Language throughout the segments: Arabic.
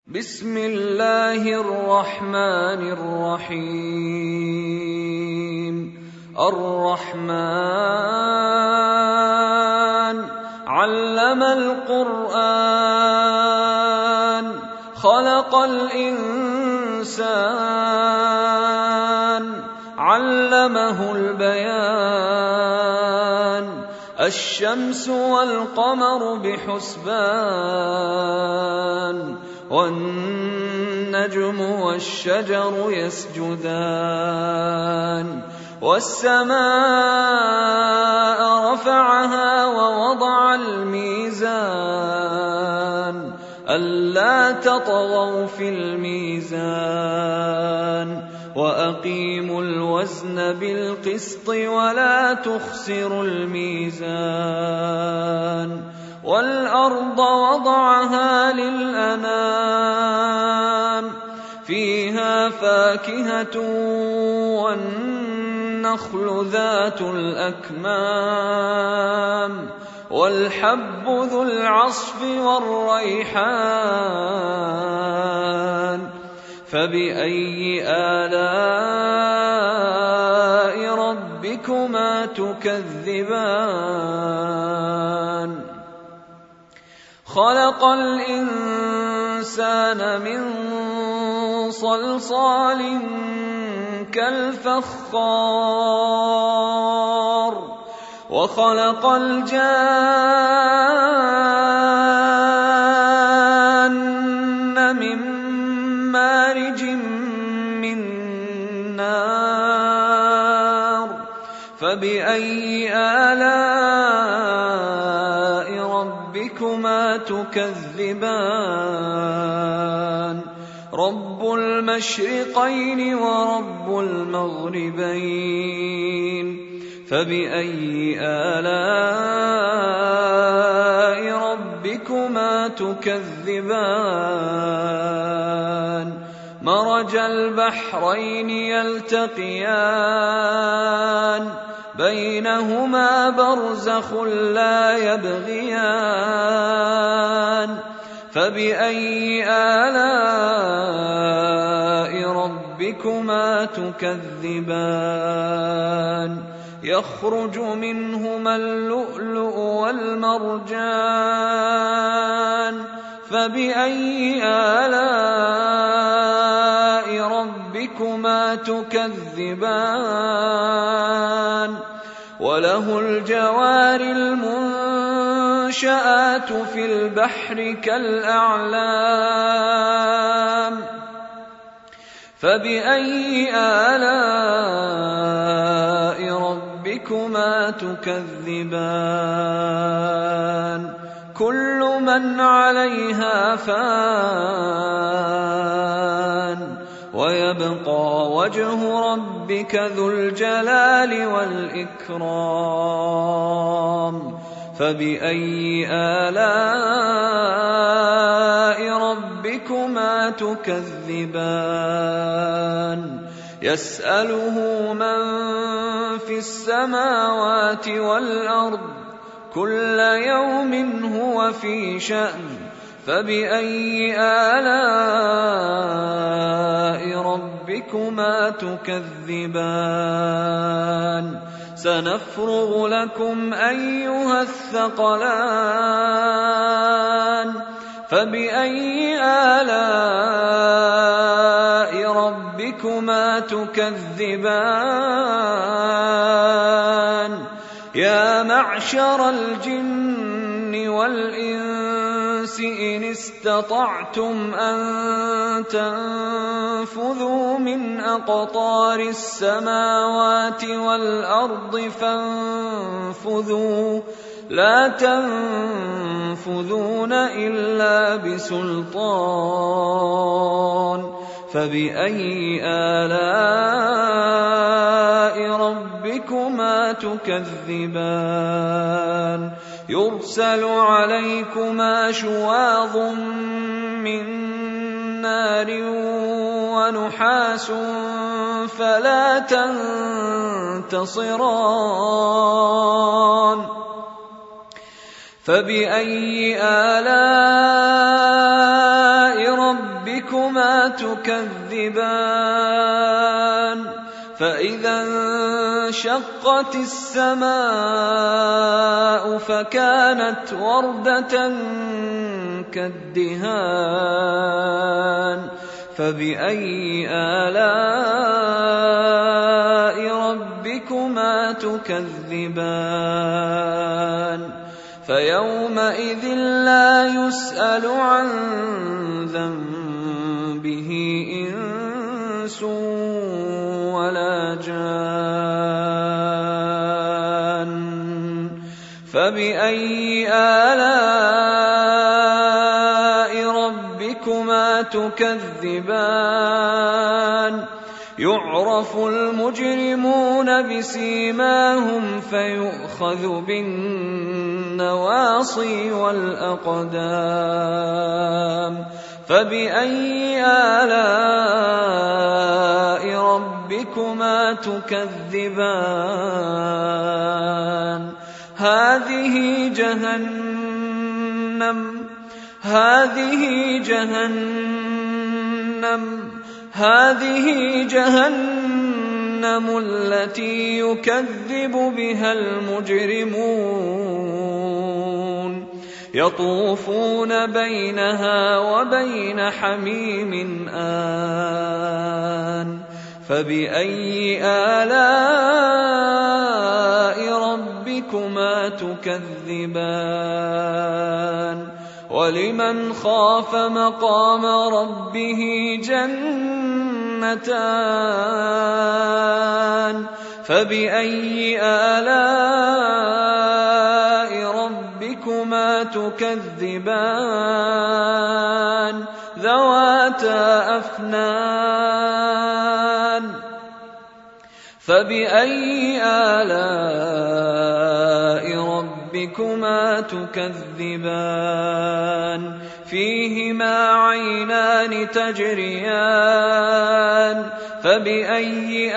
بسم الله الرحمن الرحيم. الرحمن علم القرآن خلق الإنسان علمه البيان الشمس والقمر بحسبان والنجم والشجر يسجدان والسماء رفعها ووضع الميزان ألا تطغوا في الميزان وأقيموا الوزن بالقسط ولا تخسروا الميزان والأرض وضعها للأنام فيها فاكهة والنخل ذات الأكمام والحب ذو العصف والريحان فبأي آلاء ربكما تكذبان خلق الإنسان من صلصال كالفخار وخلق الجان من مارج من نار فبأي آلاء ربكما تكذبان رب المشرقين ورب المغربين فبأي آلاء ربكما تكذبان مرج البحرين يلتقيان بينهما برزخ لا يبغيان فبأي آلاء ربكما تكذبان يخرج منهما اللؤلؤ والمرجان فبأي آلاء ربكما تكذبان وله الجوار المنشآت في البحر كالأعلام فبأي آلاء ربكما تكذبان كل من عليها فان ويبقى وجه ربك ذو الجلال والإكرام فبأي آلاء ربكما تكذبان يسأله من في السماوات والأرض كل يوم هو في شأن فبأي آلاء ربكما تكذبان سنفرغ لكم أيها الثقلان فبأي آلاء ربكما تكذبان يا معشر الجن والإنس إن استطعتم أن تنفذوا من أقطار السماوات والأرض فانفذوا لا تنفذون إلا بسلطان فبأي آلاء ربكما تكذبان يرسل عليكما شواظ من نار ونحاس فلا تنتصران فبأي آلاء ربكما ربكما تكذبان فإذا انشقت السماء فكانت وردة كالدهان فبأي آلاء ربكما تكذبان فيومئذ لا يسأل عن ذنبه إنس ولا جان فبأي آلاء ربكما تكذبان يعرف المجرمون بسيماهم فيؤخذ بالنواصي والأقدام فبأي آلاء ربكما تكذبان هذه جهنم التي يكذب بها المجرمون يطوفون بينها وبين حميم آن فبأي آلاء ربكما تكذبان ولمن خاف مقام ربه جنتان فبأي آلاء ربكما تكذبان ذواتا أفنان فبأي آلاء ربكما تكذبان فيهما عينان تجريان فبأي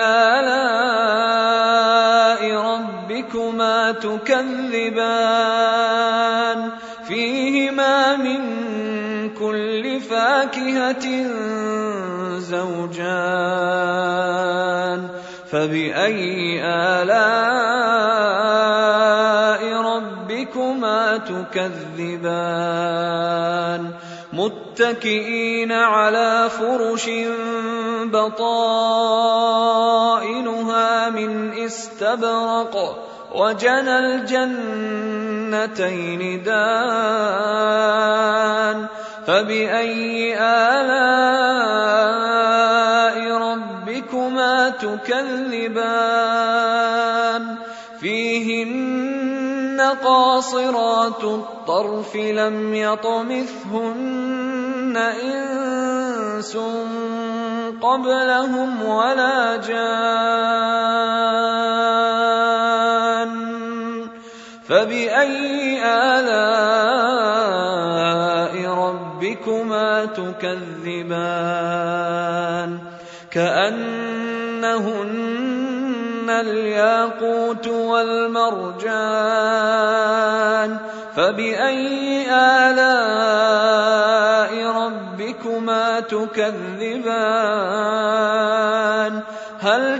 آلاء ربكما تكذبان فيهما من كل فاكهة زوجان فبأي آلاء ربكما تكذبان متكئين على فرش بطائنها من استبرق وجنى الجنتين دان فبأي آلاء ربكما تكذبان فيهن قاصرات الطرف لم يطمثهن إنس قبلهم ولا جان فبأي آلاء ربكما تكذبان كأنهن الياقوت والمرجان فبأي آلاء ربكما تكذبان هل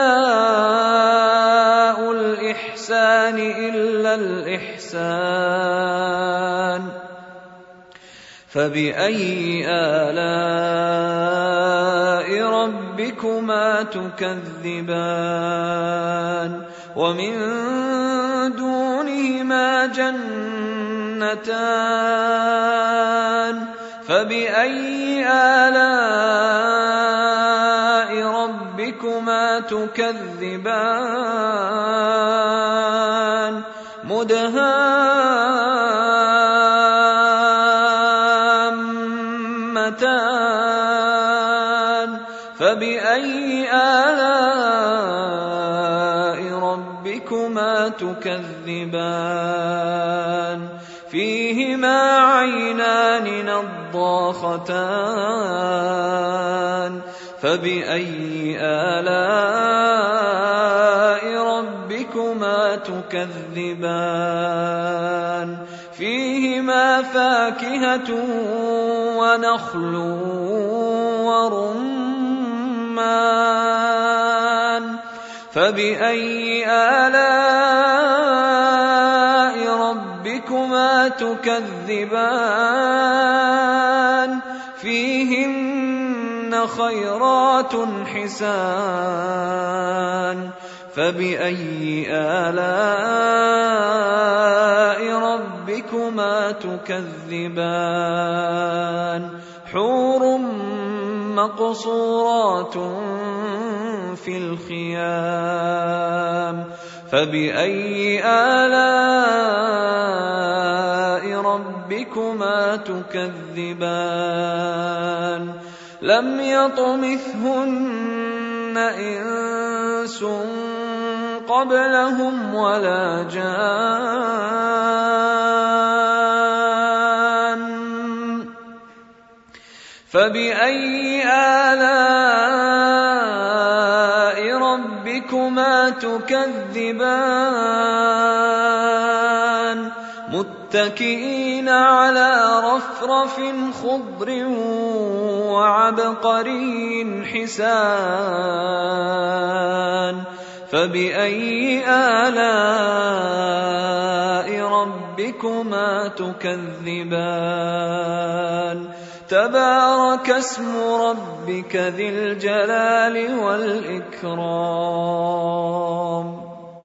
جزاء الإحسان إلا الإحسان فبأي آلاء ربكما تكذبان ومن دونهما جنتان فبأي آلاء ربكما تكذبان مدهامتان فبأي آلاء ربكما تكذبان فيهما عينان نضاختان فبأي آلاء ربكما تكذبان فيهما فاكهة ونخل فبأي آلاء ربكما تكذبان فيهن خيرات حسان فبأي آلاء ربكما تكذبان حور مقصورات في الخيام فبأي آلاء ربكما تكذبان لم يطمثهن إنس قبلهم ولا جان فبأي آلاء ربكما تكذبان متكئين على رفرف خضر وعبقري حسان فبأي آلاء ربكما تكذبان تبارك اسم ربك ذي الجلال والإكرام